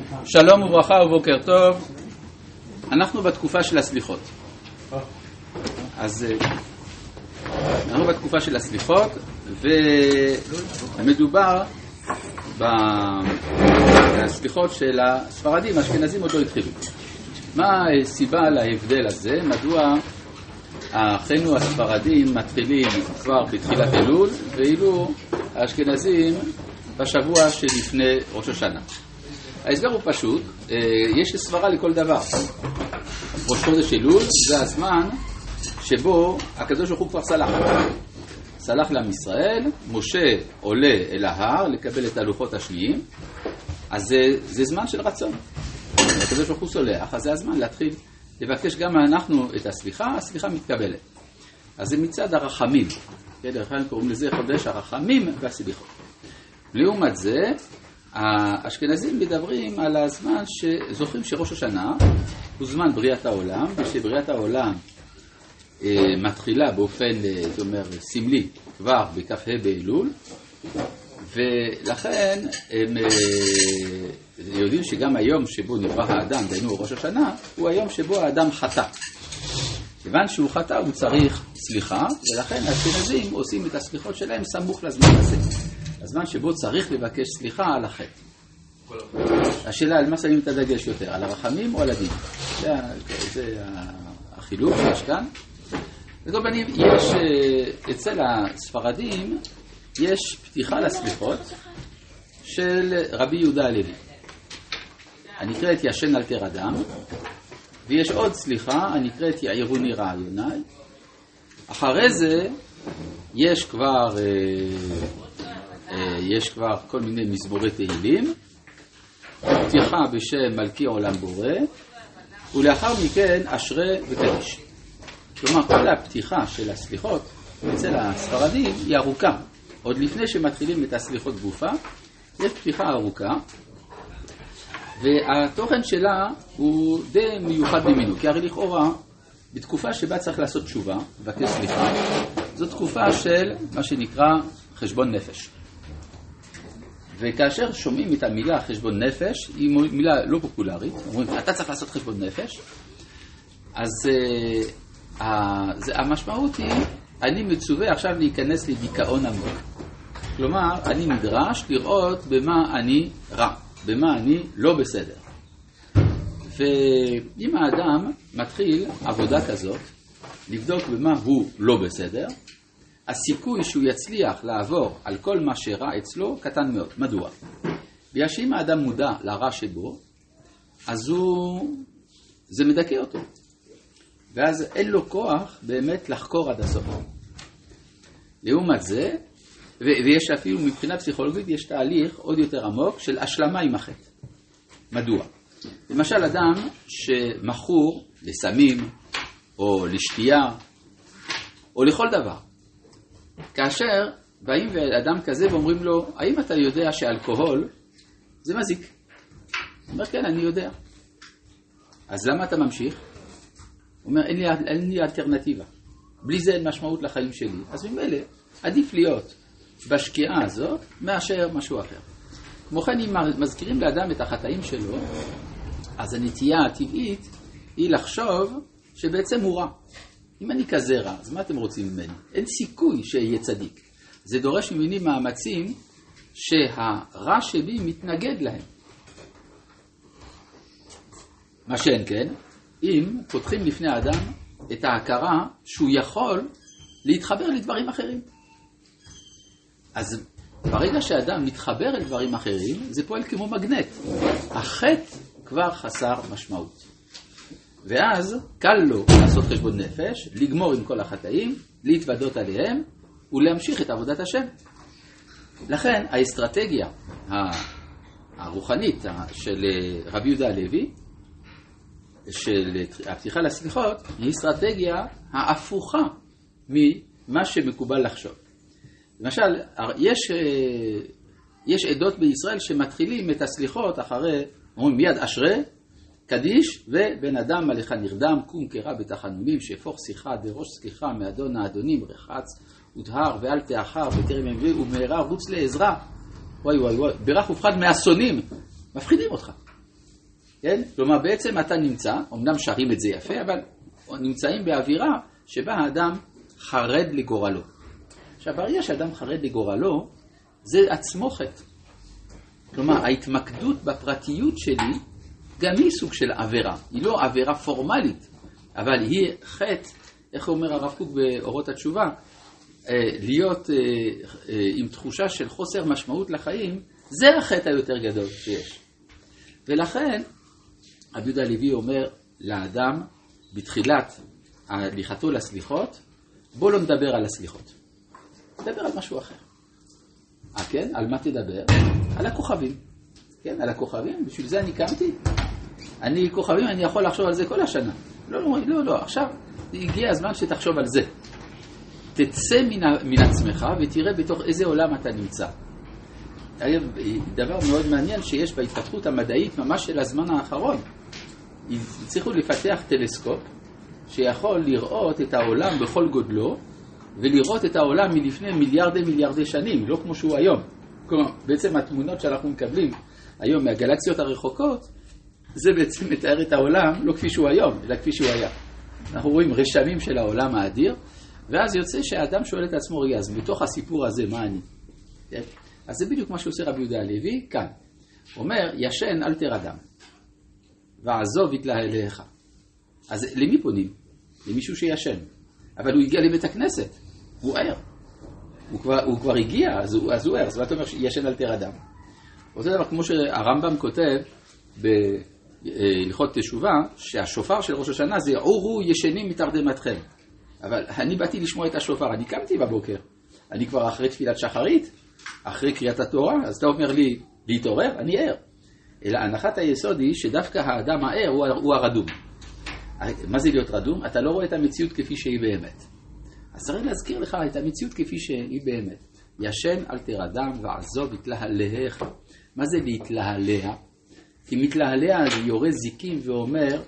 שלום וברכה ובוקר טוב. אנחנו בתקופה של הסליחות. אז אנחנו בתקופה של הסליחות, ומדובר בסליחות של הספרדים. האשכנזים עוד לא התחילו. מה הסיבה להבדל הזה? מדוע אחינו הספרדים מתחילים כבר בתחילת אלול, ואילו האשכנזים בשבוע שלפני ראש השנה? ההסבר הוא פשוט, יש סברה לכל דבר. ראש חודש אלול זה הזמן שבו הקדוש ברוך הוא כבר סלח לעם ישראל. משה עולה אל ההר לקבל את הלוחות השניים, אז זה זמן של רצון. הקדוש ברוך הוא סולח, אז זה הזמן להתחיל לבקש גם אנחנו את הסליחה. הסליחה מתקבלת. אז זה מצד הרחמים. לכן קוראים לזה חודש הרחמים והסליחות. לעומת זה, האשכנזים מדברים על הזמן שזוכרים שראש השנה הוא זמן בריאת העולם, ושבריאת העולם מתחילה באופן, זאת אומרת, סמלי כבר בכ"ה באלול, ולכן הם יודעים שגם היום שבו נברא האדם, דהיינו ראש השנה, הוא היום שבו האדם חטא. כיוון שהוא חטא הוא צריך סליחה, ולכן האשכנזים עושים את הסליחות שלהם סמוך לזמן הזה. הזמן שבו צריך לבקש סליחה על החטא. השאלה על מה שמים את הדגש יותר, על הרחמים או על הדין? זה החילוק שיש כאן. לכל פנים, יש אצל הספרדים יש פתיחה לסליחות של רבי יהודה הלוי, הנקראת ישן אל תרדם, ויש עוד סליחה הנקראת יעירוני רעיוני. אחרי זה יש כבר כל מיני מזמורי תהילים, פתיחה בשם מלכי עולם בורא, ולאחר מכן אשרה וקדיש. כלומר, כל הפתיחה של הסליחות אצל הספרדים היא ארוכה. עוד לפני שמתחילים את הסליחות גופה, יש פתיחה ארוכה, והתוכן שלה הוא די מיוחד במינו, כי הרי לכאורה, בתקופה שבה צריך לעשות תשובה, לבקש סליחה, זו תקופה של מה שנקרא חשבון נפש. וכאשר שומעים את המילה חשבון נפש, היא מילה לא פופולרית, אומרים, אתה צריך לעשות חשבון נפש, אז המשמעות היא, אני מצווה עכשיו להיכנס לדיכאון עמוק. כלומר, אני נדרש לראות במה אני רע, במה אני לא בסדר. ואם האדם מתחיל עבודה כזאת, לבדוק במה הוא לא בסדר, הסיכוי שהוא יצליח לעבור על כל מה שרע אצלו קטן מאוד. מדוע? בגלל שאם האדם מודע לרע שבו, אז זה מדכא אותו. ואז אין לו כוח באמת לחקור עד הסוף. לעומת זה, ויש אפילו מבחינה פסיכולוגית, יש תהליך עוד יותר עמוק של השלמה עם החטא. מדוע? למשל אדם שמכור לסמים, או לשתייה, או לכל דבר. כאשר באים אדם כזה ואומרים לו, האם אתה יודע שאלכוהול זה מזיק? הוא אומר, כן, אני יודע. אז למה אתה ממשיך? הוא אומר, אין לי אלטרנטיבה. בלי זה אין משמעות לחיים שלי. אז ממילא, עדיף להיות בשקיעה הזאת מאשר משהו אחר. כמו כן, אם מזכירים לאדם את החטאים שלו, אז הנטייה הטבעית היא לחשוב שבעצם הוא רע. אם אני כזה רע, אז מה אתם רוצים ממני? אין סיכוי שיהיה צדיק. זה דורש ממני מאמצים שהרע שלי מתנגד להם. מה שאין כן, אם פותחים לפני האדם את ההכרה שהוא יכול להתחבר לדברים אחרים. אז ברגע שאדם מתחבר לדברים אחרים, זה פועל כמו מגנט. החטא כבר חסר משמעות. ואז קל לו לעשות חשבון נפש, לגמור עם כל החטאים, להתוודות עליהם ולהמשיך את עבודת השם. לכן האסטרטגיה הרוחנית של רבי יהודה הלוי, של הפתיחה לסליחות, היא אסטרטגיה ההפוכה ממה שמקובל לחשוב. למשל, יש עדות בישראל שמתחילים את הסליחות אחרי, אומרים מיד אשרה, קדיש, ובן אדם עליך נרדם, קום קרא בתחנונים, שפוך שיחה דראש סליחה מאדון האדונים, רחץ ותהר ואל תאחר בטרם ימביא ומהרה רוץ לעזרה. וואי וואי וואי, ברך ופחד מאסונים, מפחידים אותך. כן? כלומר, בעצם אתה נמצא, אמנם שרים את זה יפה, אבל נמצאים באווירה שבה האדם חרד לגורלו. עכשיו, ברגע שאדם חרד לגורלו, זה עצמו חטא. כלומר, ההתמקדות בפרטיות שלי גם היא סוג של עבירה. היא לא עבירה פורמלית, אבל היא חטא, איך אומר הרב קוק באורות התשובה, להיות עם תחושה של חוסר משמעות לחיים, זה החטא היותר גדול שיש. ולכן, רבי יהודה הלוי אומר לאדם, בתחילת הליכתו לסליחות, בוא לא נדבר על הסליחות. נדבר על משהו אחר. כן? על מה תדבר? על הכוכבים. כן? על הכוכבים? בשביל זה אני קמתי? כוכבים, אני יכול לחשוב על זה כל השנה. לא. עכשיו, הגיע הזמן שתחשוב על זה. תצא מן עצמך ותראה בתוך איזה עולם אתה נמצא. דבר מאוד מעניין שיש בהתפתחות המדעית ממש של הזמן האחרון. הצליחו לפתח טלסקופ שיכול לראות את העולם בכל גודלו, ולראות את העולם מלפני מיליארדי שנים, לא כמו שהוא היום. כלומר, בעצם התמונות שאנחנו מקבלים היום מהגלקסיות הרחוקות, זה בעצם מתאר את העולם לא כפי שהוא היום, אלא כפי שהוא היה. אנחנו רואים רשמים של העולם האדיר, ואז יוצא שהאדם שואל את עצמו, רגע, אז בתוך הסיפור הזה, מה אני? אז זה בדיוק מה שעושה רבי יהודה הלוי כאן. הוא אומר, ישן אל תרדם, ועזוב יתלהליך. אז למי פונים? למישהו שישן. אבל הוא הגיע לבית הכנסת, הוא ער. הוא כבר הגיע, אז הוא ער. זאת אומרת, ישן אל תרדם. אותו דבר כמו שהרמב"ם כותב בהלכות תשובה, שהשופר של ראש השנה זה עורו ישנים מתרדמתכם. אבל אני באתי לשמוע את השופר, אני קמתי בבוקר. אני כבר אחרי תפילת שחרית, אחרי קריאת התורה, אז אתה אומר לי להתעורר, אני ער. אלא הנחת היסוד היא שדווקא האדם הער הוא הרדום. מה זה להיות רדום? אתה לא רואה את המציאות כפי שהיא באמת. אז צריך להזכיר לך את המציאות כפי שהיא באמת. ישן אל תרדם ועזוב יתלהליך. מה זה להתלהליה? כי מתלהליה זה יורה זיקים ואומר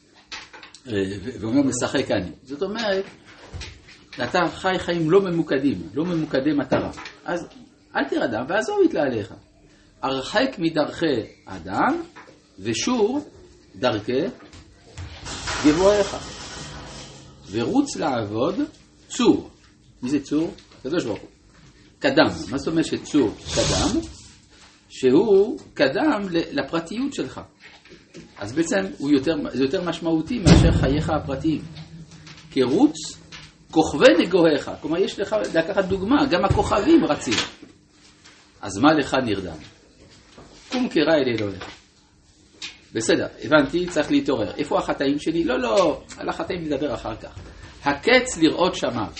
משחק אני. זאת אומרת, אתה חי חיים לא ממוקדים, לא ממוקדי מטרה. אז אל תרדם ועזוב יתלהליך. הרחק מדרכי אדם ושור דרכי גבוהיך. ורוץ לעבוד צור. מי זה צור? קדוש ברוך הוא. קדם. מה זאת אומרת שצור קדם? שהוא קדם לפרטיות שלך. אז בעצם זה יותר משמעותי מאשר חייך הפרטיים. כי רוץ כוכבי נגוהיך. כלומר יש לך לקחת דוגמה, גם הכוכבים רצים. אז מה לך נרדם? קום קרא אל אלוהיך. בסדר, הבנתי, צריך להתעורר. איפה החטאים שלי? לא, על החטאים נדבר אחר כך. הקץ לראות שמיו.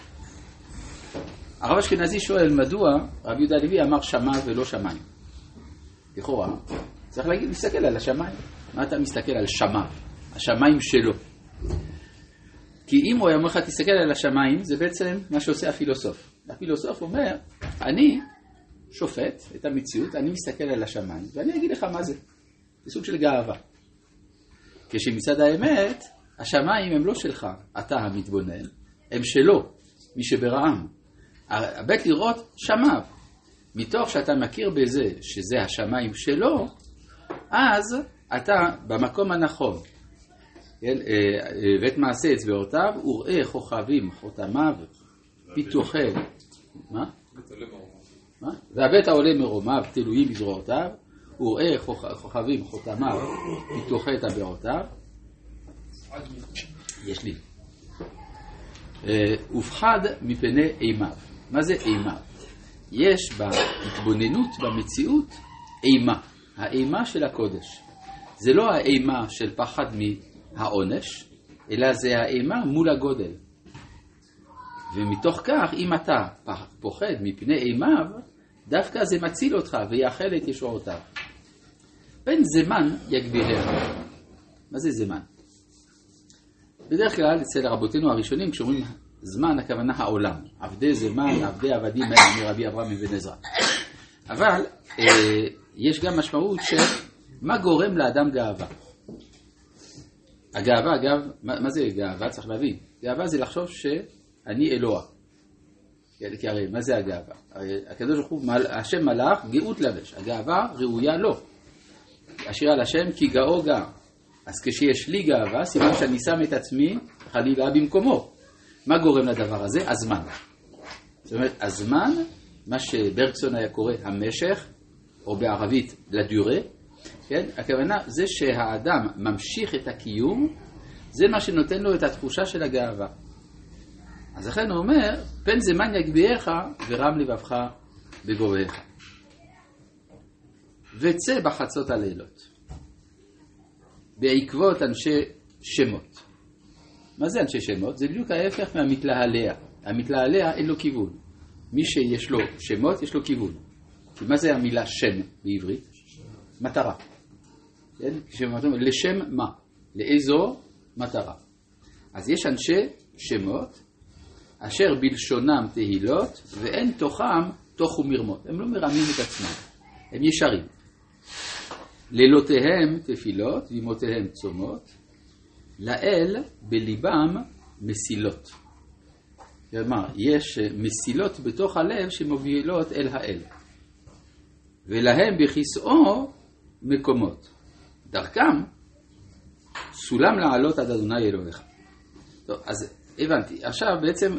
הרב אשכנזי שואל מדוע רבי יהודה הלוי אמר שמיו ולא שמיים. לכאורה, צריך להסתכל על השמיים. מה אתה מסתכל על שמיו? השמיים שלו. כי אם הוא אומר לך תסתכל על השמיים, זה בעצם מה שעושה הפילוסוף. הפילוסוף אומר, אני שופט את המציאות, אני מסתכל על השמיים, ואני אגיד לך מה זה. זה סוג של גאווה. כשמצד האמת, השמיים הם לא שלך, אתה המתבונן, הם שלו, מי שברעם. הבית לראות שמיו. מתוך שאתה מכיר בזה שזה השמיים שלו, אז אתה במקום הנכון. ואת מעשה אצבעותיו, וראה כוכבים חותמיו, פיתוחי. מה? והבית העולה מרומיו, תלויים בזרועותיו, וראה כוכבים חותמיו, פיתוחי טבעותיו. יש לי. ופחד מפני אימיו. מה זה אימיו? יש בהתבוננות במציאות אימה. האימה של הקודש. זה לא האימה של פחד מהעונש, אלא זה האימה מול הגודל. ומתוך כך, אם אתה פוחד מפני אימיו, דווקא זה מציל אותך ויאכל את ישועותיו. בן זמן יגבירם. מה זה זמן? בדרך כלל, אצל רבותינו הראשונים, כשאומרים זמן, הכוונה העולם. עבדי זמן, עבדי עבדים, מרבי אברהם אבן עזרא. אבל יש גם משמעות של מה גורם לאדם גאווה. הגאווה, אגב, מה זה גאווה? צריך להבין. גאווה זה לחשוב שאני אלוה. כי הרי, מה זה הגאווה? הקדוש ברוך הוא, השם מלאך, גאות לבש. הגאווה ראויה לו. אשיר על השם כי גאו גא. אז כשיש לי גאווה, סימן שאני שם את עצמי חלילה במקומו. מה גורם לדבר הזה? הזמן. זאת אומרת, הזמן, מה שברגסון היה קורא המשך, או בערבית לדורה, כן? הכוונה זה שהאדם ממשיך את הקיום, זה מה שנותן לו את התחושה של הגאווה. אז לכן הוא אומר, פן זמן יגביעך ורם לבבך בגובהך. וצא בחצות הלילות, בעקבות אנשי שמות. מה זה אנשי שמות? זה בדיוק ההפך מהמתלהלע. המתלהלע אין לו כיוון. מי שיש לו שמות, יש לו כיוון. כי מה זה המילה שם בעברית? מטרה. כן? לשם מה? לאיזו מטרה. אז יש אנשי שמות, אשר בלשונם תהילות, ואין תוכם תוך ומרמות. הם לא מרמים את עצמם, הם ישרים. לילותיהם תפילות, וימותיהם צומות, לאל בליבם מסילות. כלומר, יש מסילות בתוך הלב שמובילות אל האל. ולהם בכיסאו מקומות. דרכם סולם לעלות עד אדוני אלוהיך. טוב, אז הבנתי. עכשיו בעצם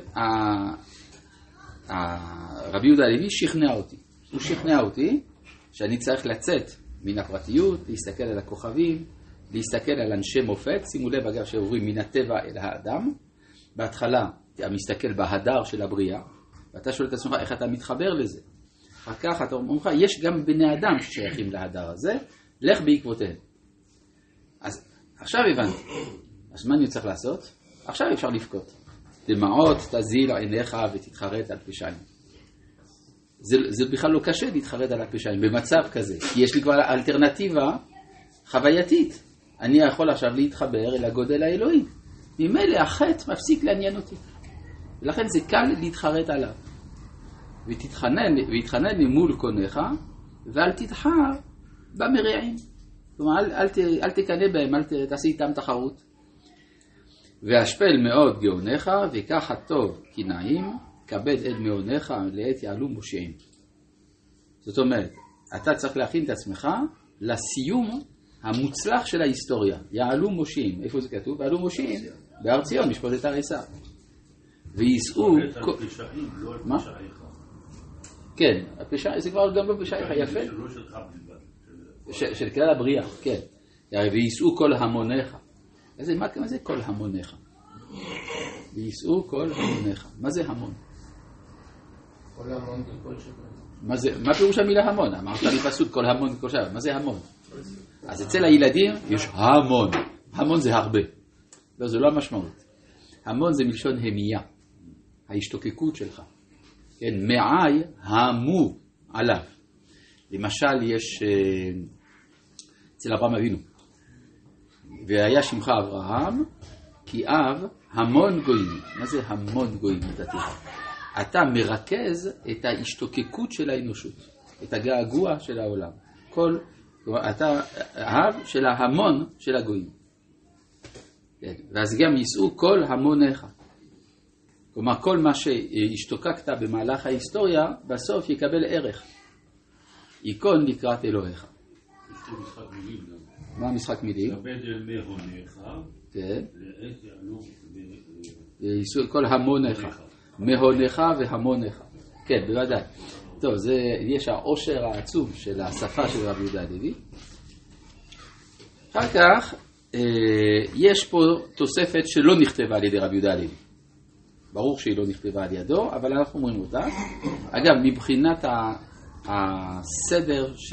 רבי יהודה הלוי שכנע אותי. הוא שכנע אותי שאני צריך לצאת מן הפרטיות, להסתכל על הכוכבים, להסתכל על אנשי מופת. שימו לב אגב שעוברים מן הטבע אל האדם. בהתחלה אתה מסתכל בהדר של הבריאה, ואתה שואל את עצמך איך אתה מתחבר לזה. אחר כך אתה אומר לך, יש גם בני אדם ששייכים להדר הזה, לך בעקבותיהם. אז עכשיו הבנתי. אז מה אני צריך לעשות? עכשיו אפשר לבכות. דמעות תזיל עיניך ותתחרט על פשעים. זה בכלל לא קשה להתחרט על הפשעים במצב כזה, כי יש לי כבר אלטרנטיבה חווייתית. אני יכול עכשיו להתחבר אל הגודל האלוהי. ממילא החטא מפסיק לעניין אותי. ולכן זה קל להתחרט עליו. והתחנן מול קונך, ואל תתחר במרעים. כלומר, אל תקנה בהם, אל תעשי איתם תחרות. והשפל מאוד גאונך, וכך הטוב כי נעים, כבד אל מעונך, לעת יעלו מושיעים. זאת אומרת, אתה צריך להכין את עצמך לסיום המוצלח של ההיסטוריה. יעלו מושיעים. איפה זה כתוב? יעלו מושיעים. בהר ציון, משפוט את הריסה. וייסעו... מה? כן, זה כבר גם לא פשעיך, יפה. של כלל הבריאה, כן. וייסעו כל המונך. מה זה כל המונך? וייסעו כל המונך. מה זה המון? כל המון וכל שבע. מה פירוש המילה המון? אמרת לי פסוק כל המון וכל שבע. מה זה המון? אז אצל הילדים יש המון. המון זה הרבה. לא, זה לא המשמעות. המון זה מלשון המיה. ההשתוקקות שלך. כן, מעי המו עליו. למשל יש אצל אברהם אבינו. והיה שמך אברהם, כי אב המון גויים. מה זה המון גויים נתתי? אתה מרכז את ההשתוקקות של האנושות, את הגעגוע של העולם. אתה אב של ההמון של הגויים. כן. ואז גם ייסעו כל המונך. כלומר, כל מה שהשתוקקת במהלך ההיסטוריה, בסוף יקבל ערך. ייכון לקראת אלוהיך. יש פה משחק מילים גם. מה המשחק מילים? כבד אל מהונך, כן. לעת יעלו... ייסעו כל המונך. מהונך והמונך. כן, בוודאי. טוב, יש העושר העצום של השפה של רבי יהודה הלוי. אחר כך, יש פה תוספת שלא נכתבה על ידי רבי יהודה הלוי. ברור שהיא לא נכתבה על ידו, אבל אנחנו אומרים אותה. אגב, מבחינת הסדר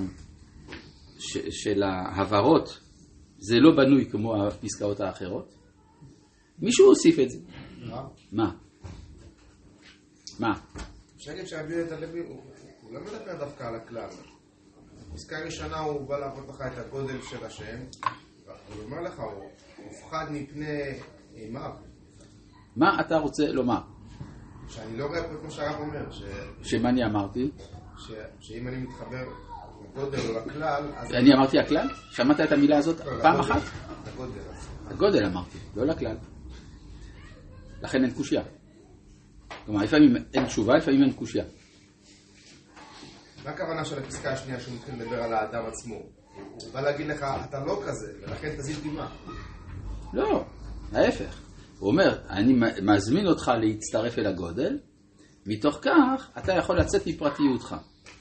של ההברות, זה לא בנוי כמו הפסקאות האחרות. מישהו הוסיף את זה. מה? מה? שקט שרבי יהודה הלוי, הוא לא מדבר דווקא על הכלל. פסקה ראשונה הוא בא להראות לך את הגודל של השם, הוא אומר לך, הוא מופחד מפני אימיו. מה אתה רוצה לומר? שאני לא רואה פה כמו שהרב אומר. שמה אני אמרתי? שאם אני מתחבר לגודל או לכלל... אני אמרתי הכלל? שמעת את המילה הזאת פעם אחת? הגודל. הגודל אמרתי, לא לכלל. לכן אין קושיה. כלומר, לפעמים אין תשובה, לפעמים אין קושיה. מה הכוונה של הפסקה השנייה שהוא מתחיל לדבר על האדם עצמו? הוא בא להגיד לך, אתה לא כזה, ולכן תזיל דמעה. לא, ההפך. הוא אומר, אני מזמין אותך להצטרף אל הגודל, מתוך כך אתה יכול לצאת מפרטיותך.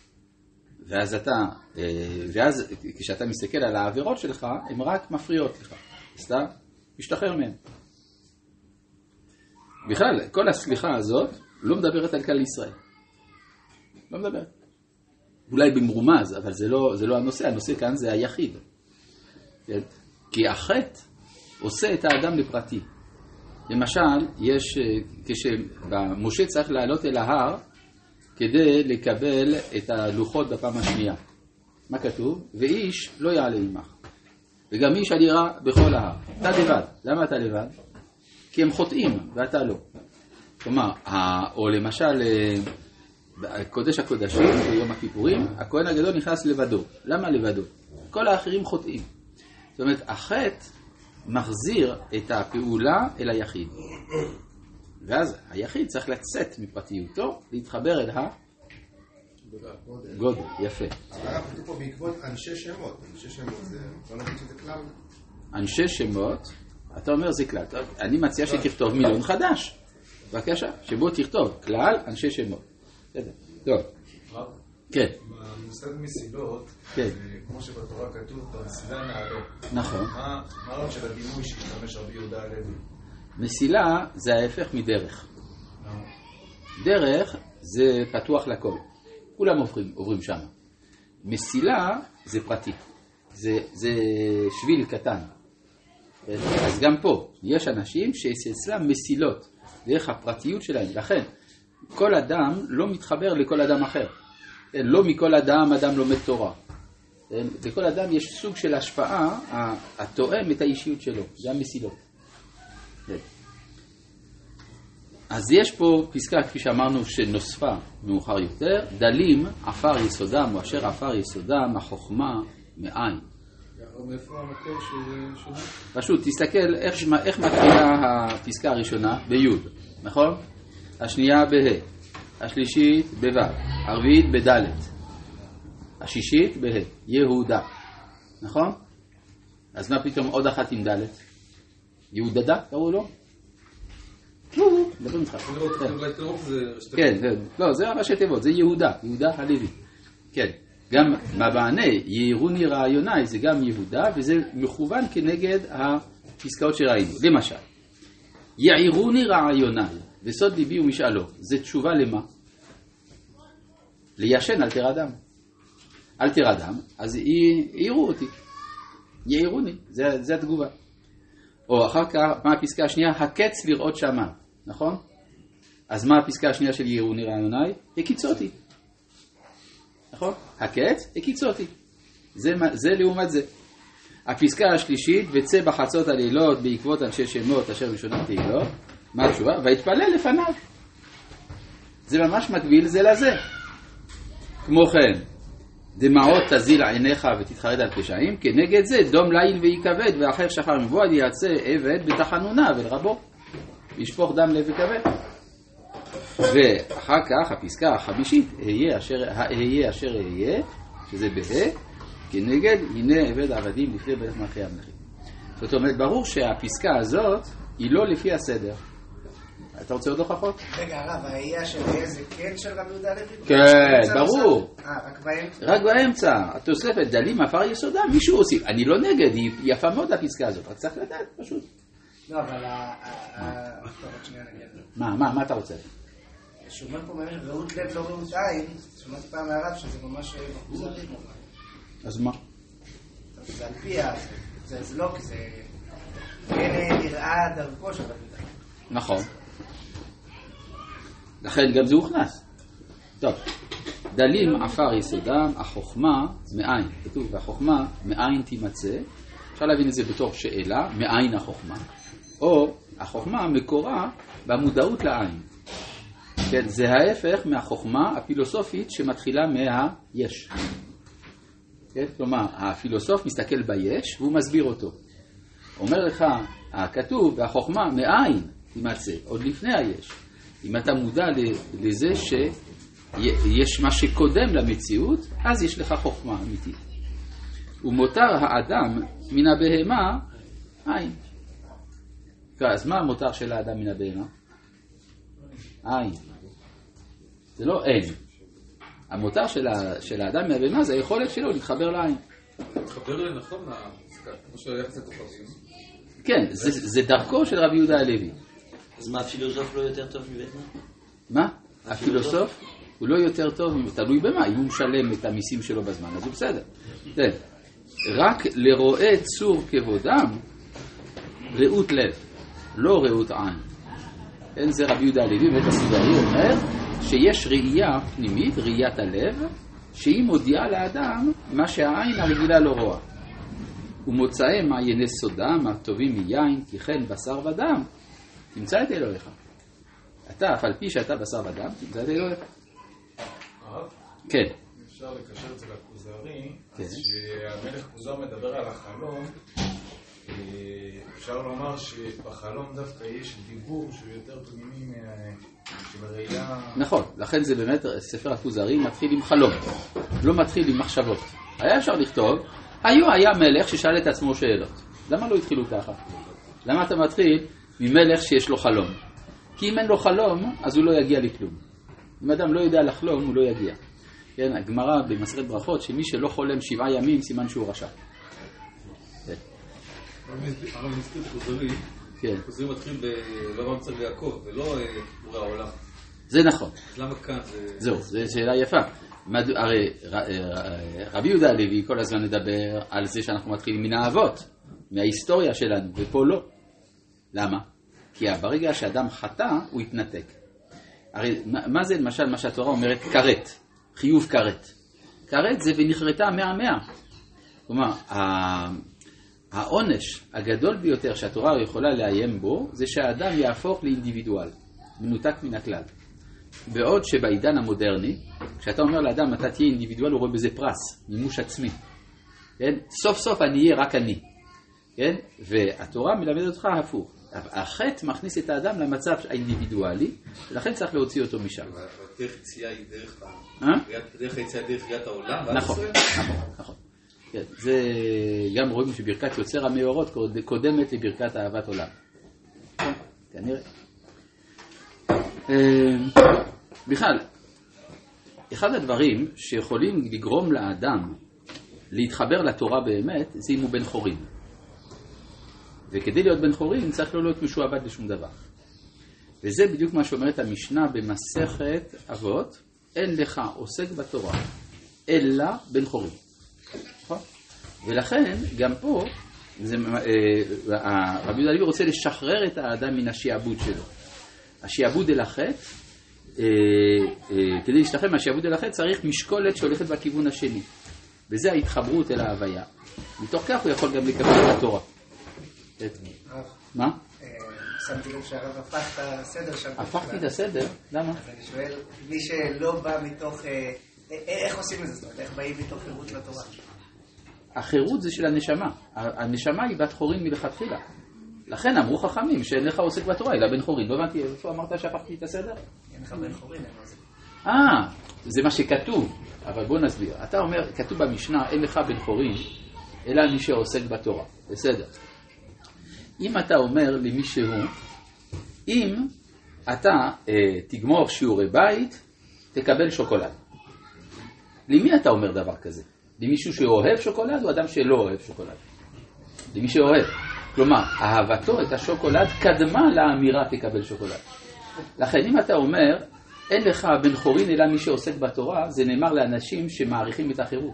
ואז כשאתה מסתכל על העבירות שלך, הן רק מפריעות לך. סתם, משתחרר מהן. בכלל, כל הסליחה הזאת לא מדברת על כלל ישראל. לא מדברת. אולי במרומז, אבל זה לא הנושא. הנושא כאן זה היחיד. כי החטא עושה את האדם לפרטי. למשל, כשמשה צריך לעלות אל ההר כדי לקבל את הלוחות בפעם השנייה. מה כתוב? ואיש לא יעלה עמך. וגם איש על יראה בכל ההר. אתה לבד. למה אתה לבד? כי הם חוטאים ואתה לא. כלומר, או למשל, קודש הקודשים ביום הכיפורים, הכהן הגדול נכנס לבדו. למה לבדו? כל האחרים חוטאים. זאת אומרת, החטא מחזיר את הפעולה אל היחיד. ואז היחיד צריך לצאת מפרטיותו, להתחבר אל הגודל. יפה. הרב כתוב פה בעקבות אנשי שמות. אנשי שמות זה לא נגיד שזה כלל? אנשי שמות, אתה אומר זה כלל. אני מציע שתכתוב מילון חדש. בבקשה, שבו תכתוב כלל אנשי שמות. טוב. כן. במושג מסילות, כמו שבתורה כתוב, במסילה נעלה. נכון. מה הרעיון של הדימוי שהשתמש רבי יהודה הלוי? מסילה זה ההפך מדרך. דרך זה פתוח לכל. כולם עוברים שם. מסילה זה פרטי. זה שביל קטן. אז גם פה יש אנשים שאצלם מסילות דרך הפרטיות שלהם. לכן כל אדם לא מתחבר לכל אדם אחר. לא מכל אדם לומד תורה. לכל אדם יש סוג של השפעה התואם את האישיות שלו. זה המסילות. אז יש פה פסקה, כפי שאמרנו, שנוספה מאוחר יותר, דלים עפר יסודם, או אשר עפר יסודם, החוכמה מאין. מאיפה המקור שונה? פשוט, תסתכל איך מתחילה הפסקה הראשונה, ביוד, נכון? השנייה בה', השלישית בו', הרביעית בד', השישית בה', יהודה, נכון? אז מה פתאום עוד אחת עם ד'? יהודדה, קראו לו? מדברים איתך. כן, לא, זה ראשי תיבות, זה יהודה הלוי. כן, גם במענה, יעירוני רעיוני, זה גם יהודה, וזה מכוון כנגד הפסקאות שראינו. למשל, יעירוני רעיוני, וסוד ליבי ומשאלו, זה תשובה למה? ליישן אל תרדם, אז יעירו אותי, יעירוני, זה התגובה. או אחר כך, מה הפסקה השנייה? הקץ לראות שמה, נכון? אז מה הפסקה השנייה של יעירוני רעיוני? הקיצותי. נכון? הקץ, הקיצותי. זה לעומת זה. הפסקה השלישית, וצא בחצות הלילות בעקבות אנשי שמות אשר ראשונה תהילות. מה התשובה? והתפלל לפניו. זה ממש מקביל זה לזה. כמו כן, דמעות תזיל עיניך ותתחרד על פשעים, כנגד זה דום ליל ויקבד, ואחר שחר מבועד יעצה עבד בתחנונה ולרבו, ישפוך דם לב וכבד. ואחר כך הפסקה החמישית, אהיה אשר אהיה, שזה בה', כנגד הנה עבד עבדים לפני בית מלכי המלכים. זאת אומרת, ברור שהפסקה הזאת היא לא לפי הסדר. אתה רוצה עוד הוכחות? רגע, הרב, האהיה של אהיה זה כן של רבי יהודה הלוי? כן, ברור. רק באמצע? רק באמצע. התוספת דלים עפר יסודם, מישהו הוסיף. אני לא נגד, היא יפה מאוד הפסקה הזאת, רק צריך לדעת, פשוט. לא, אבל טוב, עוד שנייה נגיד. מה אתה רוצה? שאומר פה ממש ראות לב לא ראות עין, שמעתי פעם מהרב שזה ממש מחוזרים. אז מה? זה על פי זה לא, כי זה כן נראה דרכו של רבי יהודה. נכון. לכן גם זה הוכנס. טוב, דלים עפר יסודם, החוכמה מאין. כתוב, והחוכמה מאין תימצא. אפשר להבין את זה בתור שאלה, מאין החוכמה. או החוכמה מקורה במודעות לעין. כן, זה ההפך מהחוכמה הפילוסופית שמתחילה מהיש. כן? כלומר, הפילוסוף מסתכל ביש והוא מסביר אותו. אומר לך, הכתוב, והחוכמה מאין תימצא, עוד לפני היש. אם אתה מודע לזה שיש מה שקודם למציאות, אז יש לך חוכמה אמיתית. ומותר האדם מן הבהמה אין. אז מה המותר של האדם מן הבהמה? אין. זה לא אין. המותר של האדם מן הבהמה זה היכולת שלו להתחבר לעין. להתחבר לנכון, כמו שהיחס לכוכבים. כן, זה דרכו של רבי יהודה הלוי. אז מה, הפילוסוף לא יותר טוב מבהמה? מה? הפילוסוף הוא לא יותר טוב, תלוי במה, אם הוא משלם את המיסים שלו בזמן, אז הוא בסדר. רק לרואה צור כבודם, ראות לב, לא ראות עין. אין זה רבי יהודה הלוי, בית הסודאי אומר שיש ראייה פנימית, ראיית הלב, שהיא מודיעה לאדם מה שהעין הרגילה לא רואה. ומוצאי מעייני סודם הטובים מיין, כי כן בשר ודם, תמצא את אלוהיך. אתה, אף על פי שאתה בשר ודם, תמצא את אלוהיך. כן. אפשר לקשר את זה לכוזרי, אז שהמלך כוזר מדבר על החלום, אפשר לומר שבחלום דווקא יש דיבור שהוא יותר פנימי של ראייה... נכון, לכן זה באמת, ספר הכוזרי מתחיל עם חלום, לא מתחיל עם מחשבות. היה אפשר לכתוב, היה מלך ששאל את עצמו שאלות. למה לא התחילו ככה? למה אתה מתחיל ממלך שיש לו חלום? כי אם אין לו חלום, אז הוא לא יגיע לכלום. אם אדם לא יודע לחלום, הוא לא יגיע. כן, הגמרא במסכת ברכות, שמי שלא חולם 7 ימים, סימן שהוא רשע. הרב מזכיר חוזרי, חוזרי מתחיל בלמה מצר ליעקב, ולא בורא העולם. זה נכון. למה כאן זה... זהו, זו שאלה יפה. הרי רבי יהודה הלוי כל הזמן מדבר על זה שאנחנו מתחילים מן האבות, מההיסטוריה שלנו, ופה לא. למה? כי ברגע שאדם חטא, הוא יתנתק. הרי מה זה למשל מה שהתורה אומרת? כרת, חיוב כרת. כרת זה ונחרטה 100. כלומר, העונש הגדול ביותר שהתורה יכולה לאיים בו, זה שהאדם יהפוך לאינדיבידואל, מנותק מן הכלל. בעוד שבעידן המודרני, כשאתה אומר לאדם אתה תהיה אינדיבידואל, הוא רואה בזה פרס, מימוש עצמי. כן? סוף סוף אני אהיה רק אני. כן? והתורה מלמדת אותך הפוך. החטא מכניס את האדם למצב האינדיבידואלי, ולכן צריך להוציא אותו משם. דרך יציאה היא דרך היציאה דרך ראיית העולם. נכון, נכון. כן, זה גם רואים שברכת יוצר המאורות קודמת לברכת אהבת עולם. כנראה. בכלל, אחד הדברים שיכולים לגרום לאדם להתחבר לתורה באמת, זה אם הוא בן חורין. וכדי להיות בן חורין צריך לא להיות משועבד לשום דבר. וזה בדיוק מה שאומרת המשנה במסכת אבות, אין לך עוסק בתורה, אלא בן חורין. ולכן גם פה רבי יהודה הלוי רוצה לשחרר את האדם מן השיעבוד שלו. השיעבוד אל החטא, כדי להשתחרר מהשיעבוד אל החטא צריך משקולת שהולכת בכיוון השני, וזה ההתחברות אל ההוויה. מתוך כך הוא יכול גם לקבל את התורה. מה? שמתי לב שהרב הפך את הסדר שם. הפכתי את הסדר? למה? אז אני שואל, מי שלא בא מתוך... איך עושים את זה? זאת אומרת, איך באים מתוך חירות לתורה? החירות זה של הנשמה. הנשמה היא בת חורין מלכתחילה. לכן אמרו חכמים שאין לך עוסק בתורה, אלא בן חורין. לא הבנתי, איפה אמרת שהפכתי את הסדר? אין לך בן חורין, אין עוסק. זה מה שכתוב. אבל בוא נסביר. אתה אומר, כתוב במשנה, אין לך בן חורין, אלא מי שעוסק בתורה. בסדר. אם אתה אומר למישהו, אם אתה תגמור שיעורי בית, תקבל שוקולד. למי אתה אומר דבר כזה? למישהו שאוהב שוקולד או אדם שלא אוהב שוקולד? למי שאוהב. כלומר, אהבתו את השוקולד קדמה לאמירה תקבל שוקולד. לכן אם אתה אומר, אין לך בן חורין אלא מי שעוסק בתורה, זה נאמר לאנשים שמעריכים את החירות.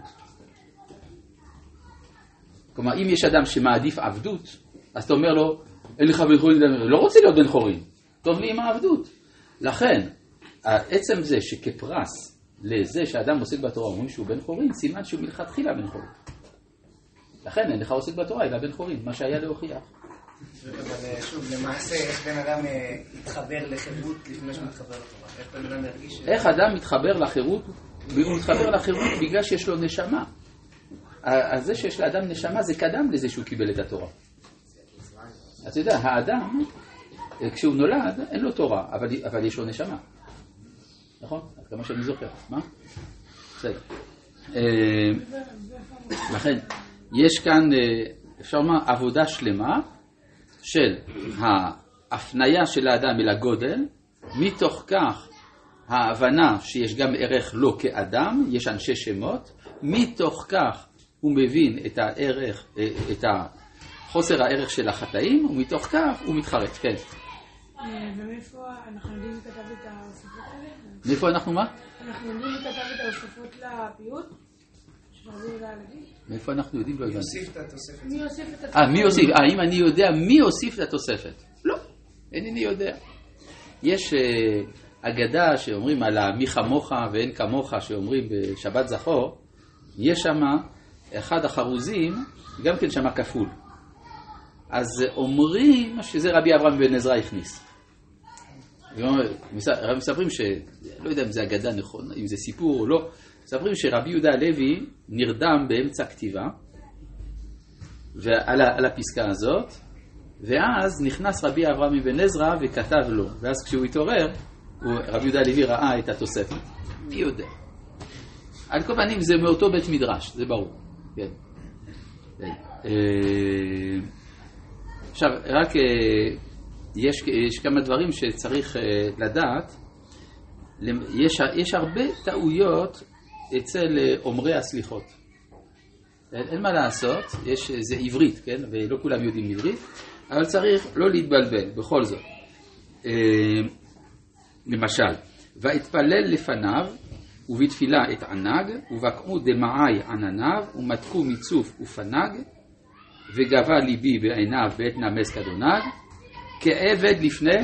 כלומר, אם יש אדם שמעדיף עבדות, אז אתה אומר לו, אין לך בן חורין, לא רוצה להיות בן חורין, טוב לי עם העבדות. לכן, עצם זה שכפרס לזה שאדם עוסק בתורה, אומרים שהוא בן חורין, סימן שהוא מלכתחילה בן חורין. לכן אין לך עוסק בתורה, אלא בן חורין, מה שהיה להוכיח. אבל שוב, למעשה, איך בן אדם יתחבר לחירות לפני שהוא מתחבר לתורה? איך בן אדם ירגיש? איך אדם מתחבר לחירות? הוא מתחבר לחירות בגלל שיש לו נשמה. אז זה שיש לאדם נשמה זה קדם לזה שהוא קיבל את התורה. אתה יודע, האדם, כשהוא נולד, אין לו תורה, אבל יש לו נשמה. נכון? עד כמה שאני זוכר. מה? בסדר. לכן, יש כאן, אפשר לומר, עבודה שלמה של ההפניה של האדם אל הגודל, מתוך כך ההבנה שיש גם ערך לו כאדם, יש אנשי שמות, מתוך כך הוא מבין את הערך, את חוסר הערך של החטאים, ומתוך כך הוא מתחרט, כן. ומאיפה אנחנו יודעים כתב את ההוספות האלה? מאיפה אנחנו מה? אנחנו יודעים כתב את ההוספות לפיוט? מאיפה אנחנו יודעים? לא הבנתי. מי הוסיף את התוספת? מי הוסיף את התוספת? מי הוסיף? האם אני יודע מי הוסיף את התוספת? לא, אינני יודע. יש אגדה שאומרים על מי כמוך ואין כמוך שאומרים בשבת זכור, יש שם אחד החרוזים, גם כן שם כפול. אז אומרים שזה רבי אברהם בן עזרא הכניס. מספרים לא יודע אם זה אגדה נכון, אם זה סיפור או לא, מספרים שרבי יהודה הלוי נרדם באמצע כתיבה על הפסקה הזאת, ואז נכנס רבי אברהם בן עזרא וכתב לו, ואז כשהוא התעורר רבי יהודה הלוי ראה את התוספת. מי יודע? על כל פנים זה מאותו בית מדרש, זה ברור. כן. עכשיו רק יש כמה דברים שצריך לדעת. יש הרבה טעויות אצל אומרי הסליחות. אין מה לעשות, זה עברית, כן? ולא כולם יודעים עברית, אבל צריך לא להתבלבל, בכל זאת. למשל, והתפלל לפניו, ובתפילה את ענג, ובקעו דמעי ענניו, ומתקו מצוף ופנג, וגבה ליבי בעיניו בעת נמס כדונג, כעבד לפני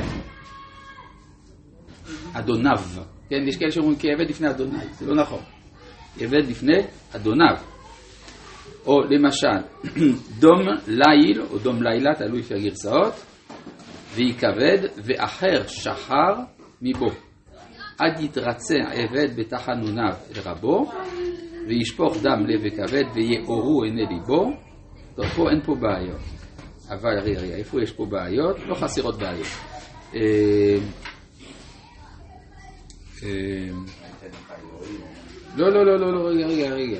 אדוניו. כן, יש כאלה שאומרים כעבד לפני אדוני, זה לא נכון. כעבד לפני אדוניו. או למשל, דום ליל, או דום לילה, תלוי לפי הגרסאות, ויקבד, ואחר שחר מבו. עד יתרצה עבד בתחנוניו אל רבו, וישפוך דם לב וכבד, ויאורו עיני ליבו. טוב, פה אין פה בעיות. אבל רגע, איפה יש פה בעיות? לא חסרות בעיות. לא, רגע.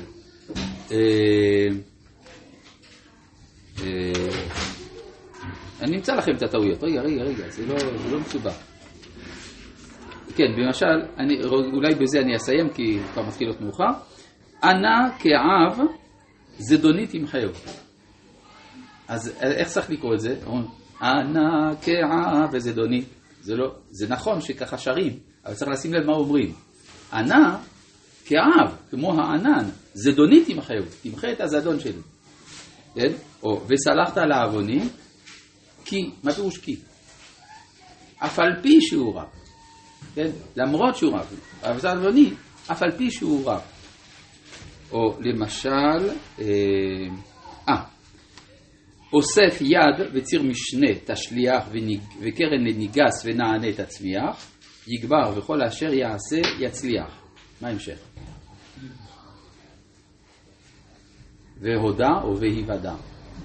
אני נמצא לכם את הטעויות. רגע, זה לא מסובך. כן, במשל, אולי בזה אני אסיים כי כבר מתחיל להיות מאוחר. אנא כעב זדונית עם חיוב. אז איך צריך לקרוא את זה? אנא כעב וזדונית. זה נכון שככה שרים, אבל צריך לשים לב מה אומרים. אנא כעב, כמו הענן, זדונית עם חיוב. תמחה את הזדון שלי. כן? או וסלחת לעווני, כי, מה פירוש כי? אף על פי שהוא רב. כן? למרות שהוא רב. אבל זה עווני, אף על פי שהוא רב. או למשל, אוסף יד וציר משנה תשליח וקרן לניגס ונענה את הצמיח, יגבר וכל אשר יעשה יצליח. מה המשך? והודה או והיוודע.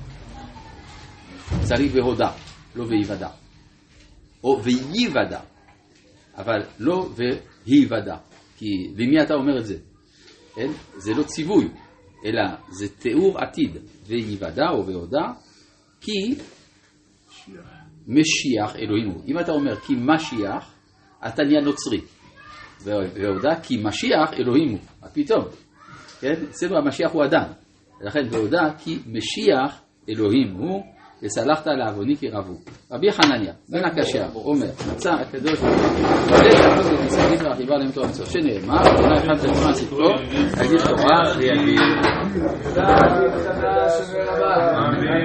צריך והודה, לא והיוודע. או והיוודע, אבל לא והיוודע. כי למי אתה אומר את זה? כן? זה לא ציווי, אלא זה תיאור עתיד. והיוודע או והודה, כי משיח אלוהים הוא. אם אתה אומר כי משיח, אתה נהיה נוצרי. והודה כי משיח אלוהים הוא. פתאום. כן? אצלנו המשיח הוא אדם. לכן והודה כי משיח אלוהים הוא, וסלחת לעווני כי רבו. רבי חנניה, בן הקשיא, אומר, מצא הקדוש ברוך הוא, ולא תעמוד במשגים והחיבה להם תורה מצוות, שנאמר, אולי אחד תלמד ספרו, להגיד תורה ויגיד.